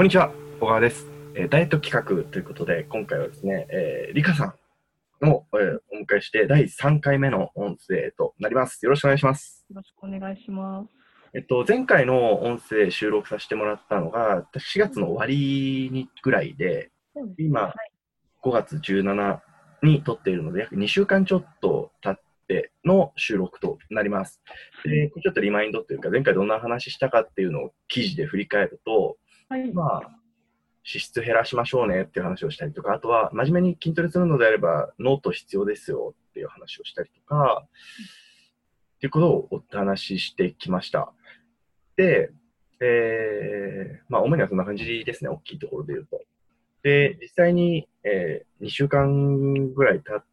んにちは、小川です。ダイエット企画ということで、今回はですね、リカさんを、お迎えして第3回目の音声となります。よろしくお願いします。 よろしくお願いします。 前回の音声収録させてもらったのが、4月の終わりにぐらいで、 そうですね。は今、 い。 5月17に撮っているので、約2週間ちょっと経っての収録となります。で、ちょっとリマインドというか、前回どんな話したかっていうのを記事で振り返ると、 はい。 まあ、脂質減らしましょうねっていう話をしたりとか、あとは真面目に筋トレするのであればノート必要ですよっていう話をしたりとか、っていうことをお話ししてきました。で、主にはそんな感じですね、大きいところで言うと。で、実際に、2週間ぐらい経って、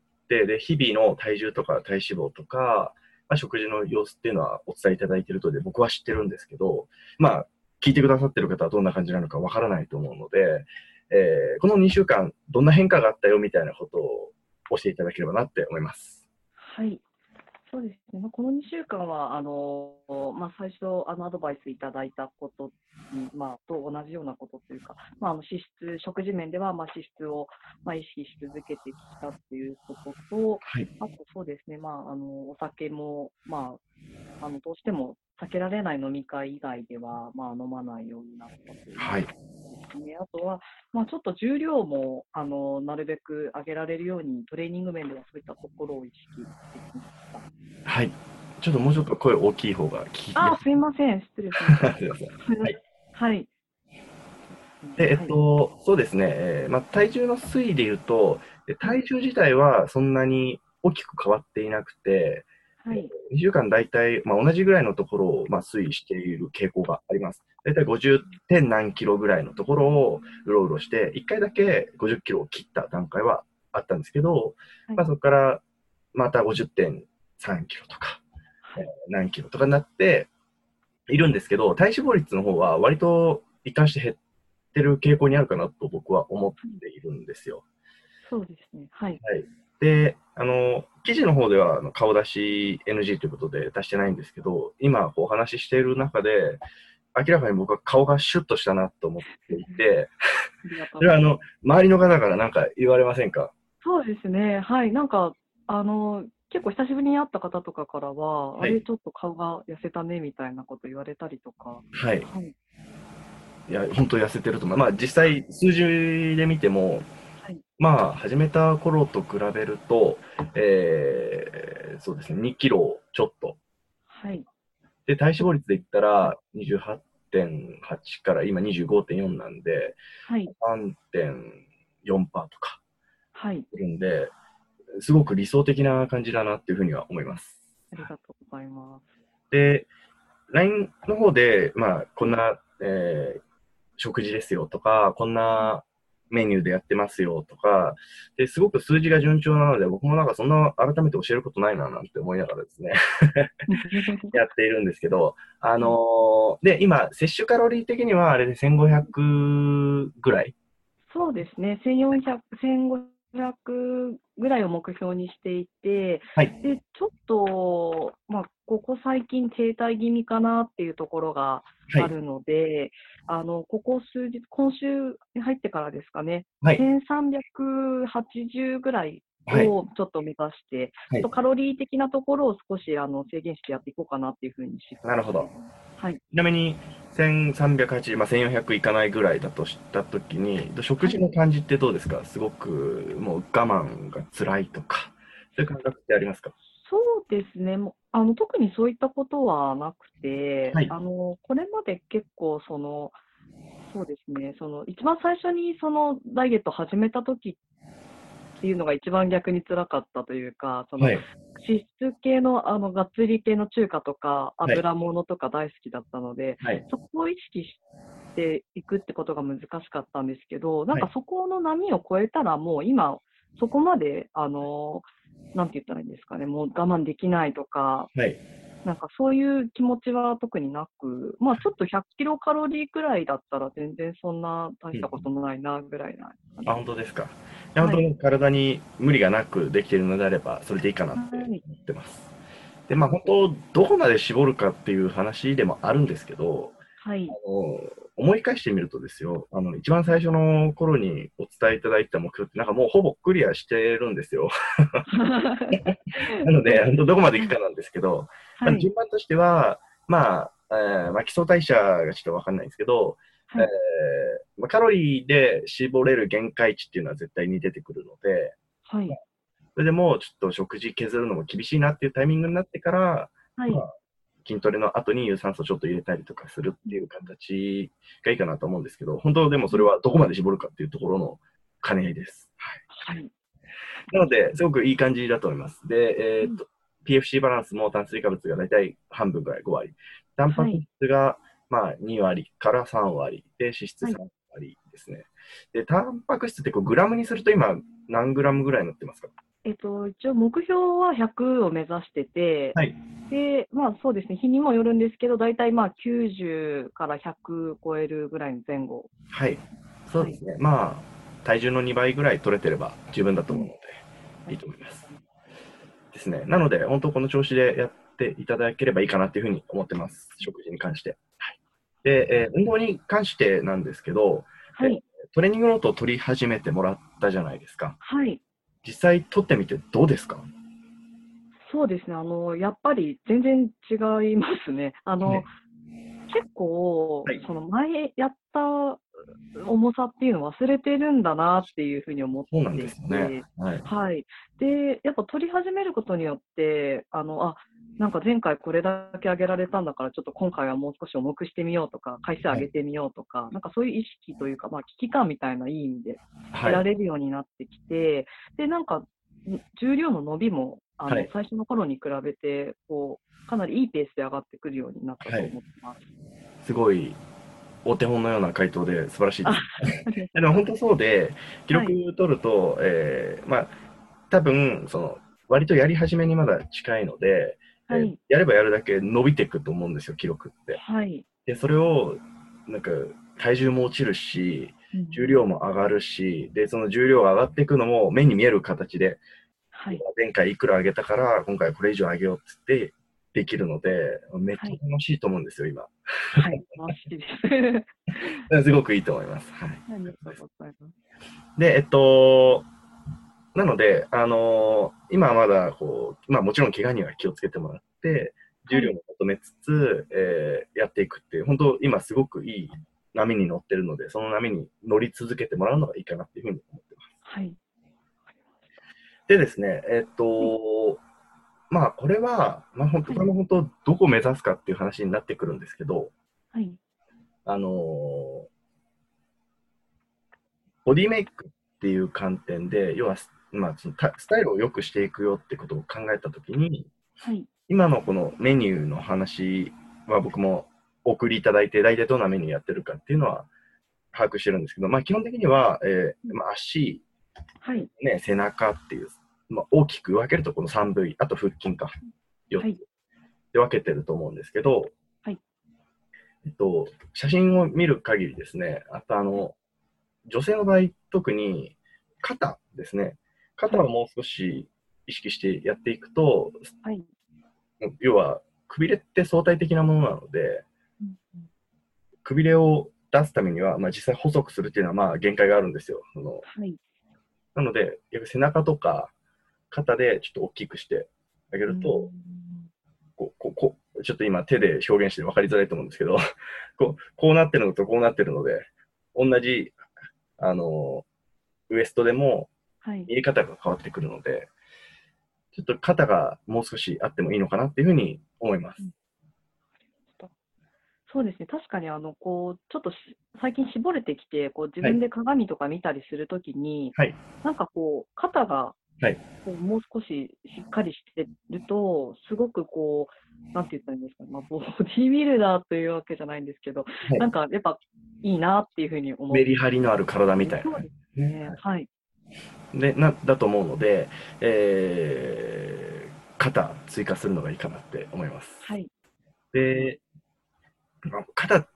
で、日々の体重とか体脂肪とか、食事の様子っていうのはお伝えいただいているので、僕は知ってるんですけど、聞いてくださってる方はどんな感じなのかわからないと思うので、この2週間、どんな変化があったよみたいなことを教えていただければなって思います。 はい。そうですね。この2週間は、最初、アドバイスいただいたことに、と同じようなことというか、食事面では、脂質を、意識し続けてきたっていうことと、 はい。 あとそうですね、お酒も、どうしても避けられない飲み会以外では、飲まないようになったというはい。 ですね。あとは、ちょっと重量も、なるべく上げられるように、トレーニング面ではそういったところを意識してきました。 はい。ちょっともうちょっと声大きい方が聞きやすい。 すいません。失礼しました。 すいません。はい。 はい。 で、 はい。 そうですね、体重の推移で言うと、体重自体はそんなに大きく変わっていなくて、 はい。 2週間大体、同じぐらいのところを、推移している傾向があります。大体50点何キロぐらいのところをうろうろして、1回だけ50キロを切った段階はあったんですけど、 はい。 そこからまた50.3キロとか、 はい。 何キロとかになっているんですけど、体脂肪率の方は割と一貫して減ってる傾向にあるかなと僕は思っているんですよ。 そうですね。はい。 はい。で、記事の方では顔出し NG ということで出してないんですけど、今お話ししている中で、明らかに僕は顔がシュッとしたなと思っていて、 ありがとそれはうございます。 周りの方からなんか言われませんか？ そうですね。はい。結構久しぶりに会った方とかからは、あれ、 はい。 ちょっと顔が痩せたねみたいなこと言われたりとか、 はい。 はい。 いや、本当痩せてると思う。実際数字で見ても、 はい。 始めた頃と比べると、そうですね、2キロちょっと。 はい。 で、体そう、 脂肪率で言ったら28.8から今25.4なんで、 はい。 3.4%とかはい。 いるんで、すごく理想的な感じだなっていうふうには思います。 ありがとうございます。 で、LINE の方で、こはい。 んな、食事ですよとか、こんはい。 なメニューでやってますよとか、すごく数字が順調なので、僕もなんかそんな改めて教えることないななんて思いながらですね、やっているんですけど、 はい。 今、摂取カロリー的にはあれで1500ぐらい。 そうですね。1400、1500ぐらいを目標にしていて、 はい。 で、ちょっと、ここ最近停滞気味かなっていうところがはい。 あるので、ここ数日、今週に入ってからですかね、 はい。 1380ぐらいはい。 をちょっと目指して、 はい。 ちょっとカロリー的なところを少し制限してやっていこうかなっていうふうにシフトなるほど。 しています。はい。 ちなみに、1380、1400いかないぐらいだとしたときに、食はい。 事の感じってどうですか？すごくもう我慢が辛いとか、そういう感覚ってありますか？ そうですね。特にそういったことはなくて、 はい。 これまで結構そうですね、一番最初にダイエット始めた時っていうのが一番逆に辛かったというか、 はい。 脂質系の、がっつり系の中華とかはい。 油物とか大好きだったので、 はい。 そこを意識していくってことが難しかったんですけど、なんはい。 かそこの波を越えたらもう今、そこまで、なんて言ったらいいんですかね、もう我慢できないとか、 はい。 なんかそういう気持ちは特になく、ちょっと100キロカロリーくらいだったら全然そんな大うん。 したこともないなぐらいな感あ、 じです。 本当ですか。いや、本はい。 当に体に無理がなくできているのであれば、それでいいかなってはい。 思ってます。で、 ありがとう。 本当、どこまで絞るかっていう話でもあるんですけど、 はい。 思い返してみるとですよ、一番最初の頃にお伝えいただいた目標って、なんかもうほぼクリアしてるんですよ。なので、 そうですね。 本当どこまでいはい。 くかなんですけど、 はい。 順番としては、基礎代謝がちょっとわかんないんですけど、 はい。 カロリーで絞れる限界値っていうのは絶対に出てくるので、 はい。 それでもうちょっと食事削るのも厳しいなっていうタイミングになってから、 はい。 筋トレの後に有酸素ちょっと入れたりとかするっていう形がいいかなと思うんですけど、本当でもそれはどこまで絞るかっていうところの兼ね合いです。 はい。 なので、すごくいい感じだと思います。で、PFC バランスも炭水化物が大体半分ぐらい、5割。タンパクはい。 質が2割から3割で、脂質はい。 3割ですね。で、タンパク質ってこうグラムにすると今何グラムぐらいになってますか？ 一応目標は100を目指してて、 はい。 で、そうですね、日にもよるんですけど、大体90から100超えるぐらいの前後。 はい。そうはい。 ですね。体重の2倍ぐらい取れてれば十分だとうん。 思うので、いいはい。 と思います。ですね。なので、本当この調子でやっていただければいいかなというふうに思ってます。食事に関して。で、運動に関してなんですけど、えはい。 トレーニングノートを取り始めてもらったじゃないですか。 はい。 実際取ってみてどうですか？はそうですね。やっぱり全然違いますね。 い。 結構、 はい。 その前やった重さっていうのを忘れてるんだなっていうふうに思っそうなんていですよね。 て、 はい。 はい。で、やっぱ取り始めることによって、なんか前回これだけ上げられたんだから、ちょっと今回はもう少し重くしてみようとか、回数上はい。 げてみようとか、なんかそういう意識というか、危機感みたいないい意味で得はい。 られるようになってきて、で、なんか、重量の伸びも、 はい。 最初の頃に比べて、かなりいいペースで上がってくるようになったはい。 と思ってます。 すごいお手本のような回答で素晴らしいであ、 す。 ありがとうでも本当ございます。 そうで、記録はい。 取ると、多分、割とやり始めにまだ近いので、 はい。 やればやるだけ伸びていくと思うんですよ、記録って。 はい。 で、それを、なんか、体重も落ちるし、 うんうん重量うん。 も上がるし、で、その重量が上がっていくのも目に見える形で、 はい。 前回いくら上げたから、今回はこれ以上上げようって言ってできるので、めっちゃはい。 楽しいと思うんですよ、今。 はい。楽しいです。 すごくいいと思います。はい。 ありがとうございます。 で、なので、今はまだもちろん怪我には気をつけてもらって、重はい。 量も求めつつ、やっていくっていう、本当、今すごくいい波に乗ってるので、その波に乗り続けてもらうのがいいかなっていうふうに思ってます。 はい。わかりました。 でですね、 はい。 これは、本当、 はい。 これも本当、どこを目指すかっていう話になってくるんですけど、 はい。 あのボディメイクっていう観点で、要は、そのスタイルを良くしていくよってことを考えたときに、 はい。 今のこのメニューの話は僕もお送りいただいて、大体どんなメニューやってるかっていうのは把握してるんですけど、基本的には、 うん。 足、 はい。 背中っていう、大きく分けるとこの3部位、あと腹筋か、4 はい。 つで分けてると思うんですけど、 はい。 写真を見る限りですね、あとはい。 女性の場合、特に肩ですね、 はい。 肩をもう少し意識してやっていくと、 はい。 要は、くびれって相対的なものなので、 うん。うん。 くびれを出すためには、実際細くするっていうのは限界があるんですよ。 はい。 なので、逆に背中とか肩でちょっと大きくしてあげうーると、 ん。 ちょっと今手で表現して分かりづらいと思うんですけど、こうなってるのとこうなってるので、同じ、あの、ウエストでもはい。 見え方が変わってくるので、ちょっと肩がもう少しあってもいいのかなっていうふうに思います。 うん。そうですね。確かに、ちょっと最近絞れてきて、自はい。 分で鏡とか見たりするときに、 はい。 なんか肩がはい。 もう少ししっかりしてると、すごくなんて言ったらいいんですかね、ボディービルダーというわけじゃないんですけど、 はい。 なんかやっぱいいなっていうふうに思っメリハリのある体みて、 たいな感そうですじですね。 ね。はい。 だと思うので、肩追加するのがいいかなって思います。 はい。わかりまで、 す。 肩って、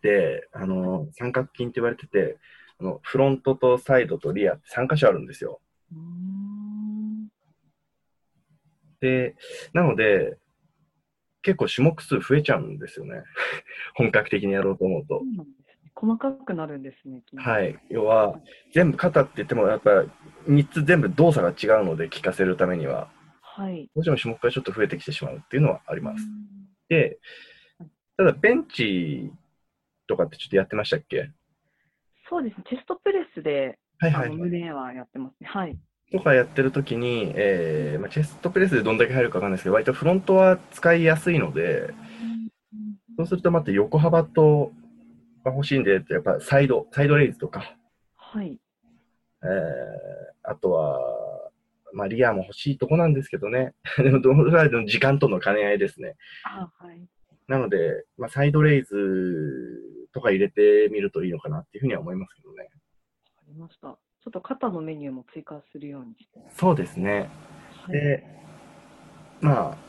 はい。 三角筋って言われてて、フロントとサイドとリアって3箇所あるんですよ。 うーん。 で、なので、 結構種目数増えちゃうんですよね。本格的にやろうと思うと。 そうなんですね。細かくなるんですね、筋肉。 はい。要は、全部肩って言っても、やっぱ3つ全部動作が違うので、効かせるためには、 はい。 どうしても種目がちょっと増えてきてしまうっていうのはありうます。 ん。 で、 はい。 ただ、ベンチとかってちょっとやってましたっけ？ そうですね。チェストプレスで、 はいはいはい。 胸はやってますね。はい。 とかやってるときに、 うん。 チェストプレスでどんだけ入るかわかんないですけど、割とフロントは使いやすいので、 うんうん。 そうするとまた横幅とが欲しいんで、やっぱサイドレイズとか、 はい。 あとは、まあ、リアも欲しいとこなんですけどね。でも、どのぐらいの時間との兼ね合いですね。 あ、はい。 なので、まあ、サイドレイズとか入れてみるといいのかなっていうふうには思いますけどね。 わかりました。ちょっと肩のメニューも追加するようにして。 そうですね。 はい。 で、まあ、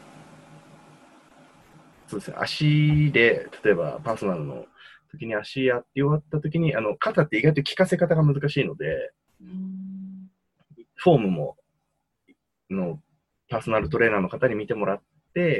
そうですね。足で、例えばパーソナルの時に足やって終わった時に、肩って意外と効かせ方が難しいので、 うーん。 フォームも、の、パーソナルトレーナーの方に見てもらって、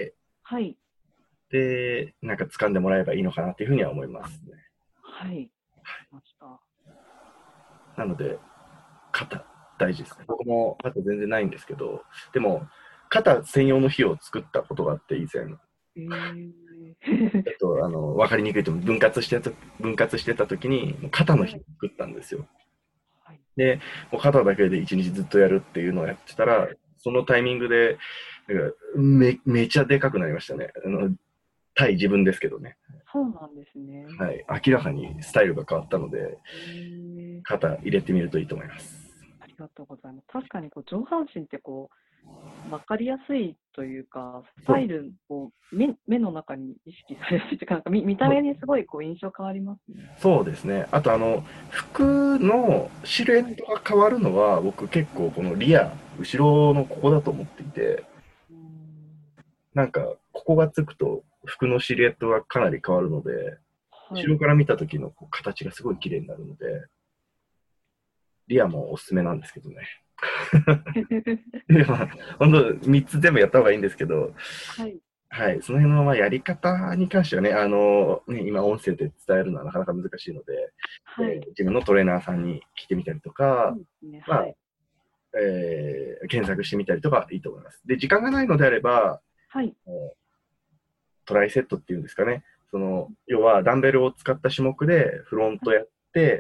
はい。 で、なんか掴んでもらえばいいのかなっていうふうには思いますね。 はい。ました。 なので、肩、大事ですね。僕も肩全然ないんですけど、でも、肩専用の日を作ったことがあって、以前。ちょっと、わかりにくいと思う。分割してた時に、肩の日をはい。 作ったんですよ。 はい。 で、もう肩だけで一日ずっとやるっていうのをやってたら、そのタイミングで、なんかめちゃでかくなりましたね。対自分ですけどね。 そうなんですね。 はい。明らかにスタイルが変わったので、 ええ。 肩入れてみるといいと思います。 ありがとうございます。確かに上半身って分かりやすいというか、スそう、 タイル、目の中に意識されやすいというか、見たそう目にすごい印象変わりますね。 そうですね。あと、服のシルエはい。 ットが変わるのは、僕結構このリア、後ろのここだと思っていて、 うーん。 なんか、ここがつくと、服のシルエットがかなり変わるので、 はい。 後ろから見た時の形がすごい綺麗になるので、リアもおすすめなんですけどね。いや、本当3つ全部やった方がいいんですけど、 はい。 はい、その辺のやり方に関してはね、今音声で伝えるのはなかなか難しいので、 はい。 自分のトレーナーさんに聞いてみたりとか、 そうですね。 まあ、 はい。 検索してみたりとかいいと思います。で、時間がないのであれば、 はい。 トライセットっていうんですかね。要はダンベルを使った種目でフロンはい。 トやって、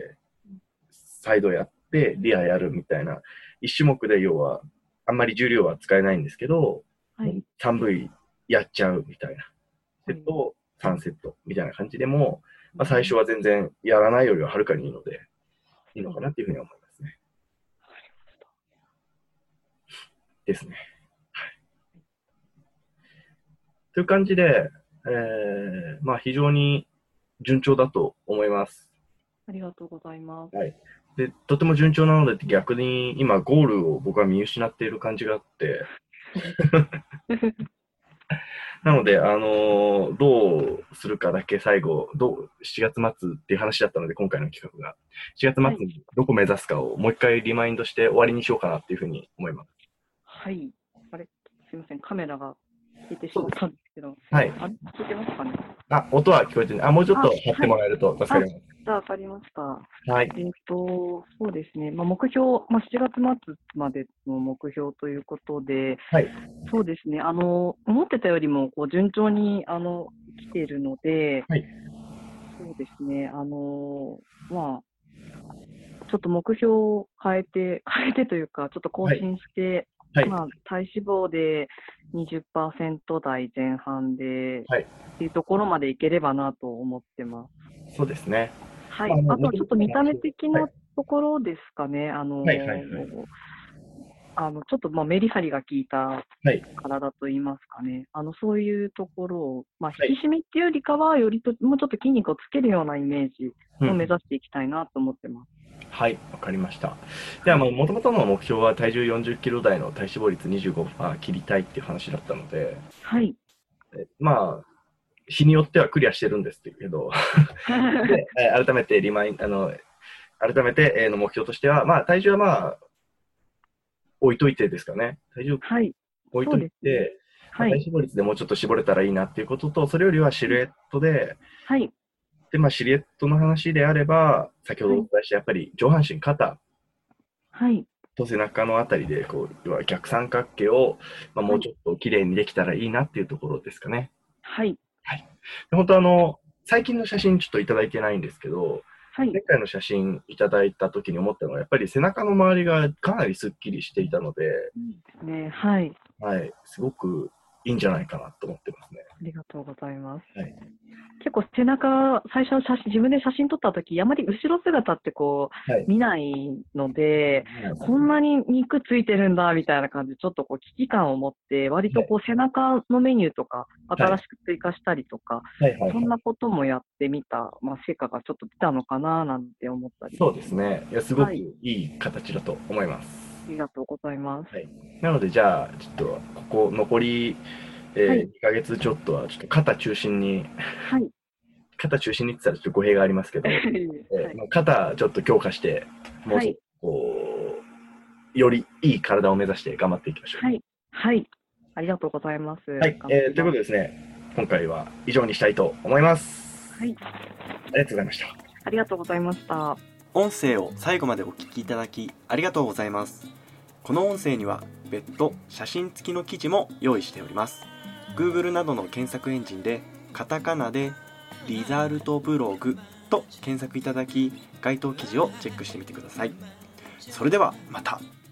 サイドやって、リアやるみたいな、一種目で要は、あんまり重量は使えないんですけど、 はい。 3V やっちゃうみたいな。セはい。 ットを3セットみたいな感じでも、まあ、最初うん。 は全然やらないよりははるかにいいので、いいのそう。 かなっていうふうに思いますね。 わかりました。 ですね。という感じで、まあ非常に順調だと思います。 ありがとうございます。 はい。で、とても順調なので逆に今ゴールを僕は見失っている感じがあって、なので、どうするかだけ最後、7月末っていう話だったので、今回の企画が。7 はい。 月末にどこ目指すかをもう一回リマインドして終わりにしようかなっていうふうに思います。 はい。あれ、すいません。カメラが消えてしそうです。 まったんですけど、 はい。 あれ、聞いてますかね。 音は聞こえてる。もうちょっとあ、 貼ってはい。 もらえると助かあ、 ります。 じゃあ、わかりました。 はい。 そうですね。目標、7月末までの目標ということで、 はい。 そうですね。思ってたよりも、順調に、来ているので、 はい。 そうですね。ちょっと目標を変えてというか、ちょっと更はい。 新して、 はい。 体脂肪で20%台前半で、 はい。 っていうところまでいければなと思ってます。 そうですね。 はい。あとはちょっもともとのと見た目目標。はい。 的なところですかね。 はい。はい。はい。 ちょっとメリハリが効いたはい。 体といいますかね。そういうところを、 はい。 引き締めっていうよりかは、よりと、もうちょっと筋肉をつけるようなイメージうん。 を目指していきたいなと思ってます。 はい。わかりました。では、 はい。 もともとの目標は体重40キロ台の体脂肪率25%切りたいっていう話だったので、 はい。 まあ、日によってはクリアしてるんですけど、で、改めてリマイン、改めて、の目標としては、まあ、体重はまあ、置いといてですかね。体重はい。 置いといそうですね。 て、 はい。 体脂肪率でもうちょっと絞れたらいいなっていうことと、それよりはシルエットで、 はい。 で、シルエットの話であれば、先ほどおはい。 伝えしたやっぱり上半身、肩はい。 と背中のあたりで、要は逆三角形を、もはい。 うちょっと綺麗にできたらいいなっていうところですかね。 はい。 はい。で本当最近の写真ちょっといただいてないんですけど、 はい。 前回の写真いただいた時に思ったのは、やっぱり背中の周りがかなりスッキリしていたので、 いいですね。はい。 はい、すごくいいんじゃないかなと思ってますね。 ありがとうございます。 はい。 結構背中、最初の写真、自分で写真撮った時、あまり後ろ姿ってはい。 見ないので、 はい。 こんなに肉ついてるんだみたいな感じで、ちょっと危機感を持って、割と背中のメニューとか、 はい。 新しく追加したりとか、 はい。はい。 そんなはい。 こともやってみた、成果がちょっと出たのかななんて思ったり。 そうですね。いや、すごくはい。 いい形だと思います。 ありがとうございます。 はい。なので、じゃあ、ちょっと、ここ、残り、 はい。 2ヶ月ちょっとは、ちょっとはい。 肩中心にって言ったらちょっと語弊がありますけど、 はい。 肩ちょっと強化して、もうちょっと、 はい。 よりいい体を目指して頑張っていきましょう。 はい。はい。ありがとうございます。 はい。ということ頑張ります。 でですね、今回は以上にしたいと思います。 はい。 ありがとうございました。 ありがとうございました。 音声を最後までお聞きいただきありがとうございます。この音声には別途写真付きの記事も用意しております。 Google などの検索エンジンでカタカナでリザルトブログと検索いただき、該当記事をチェックしてみてください。それではまた。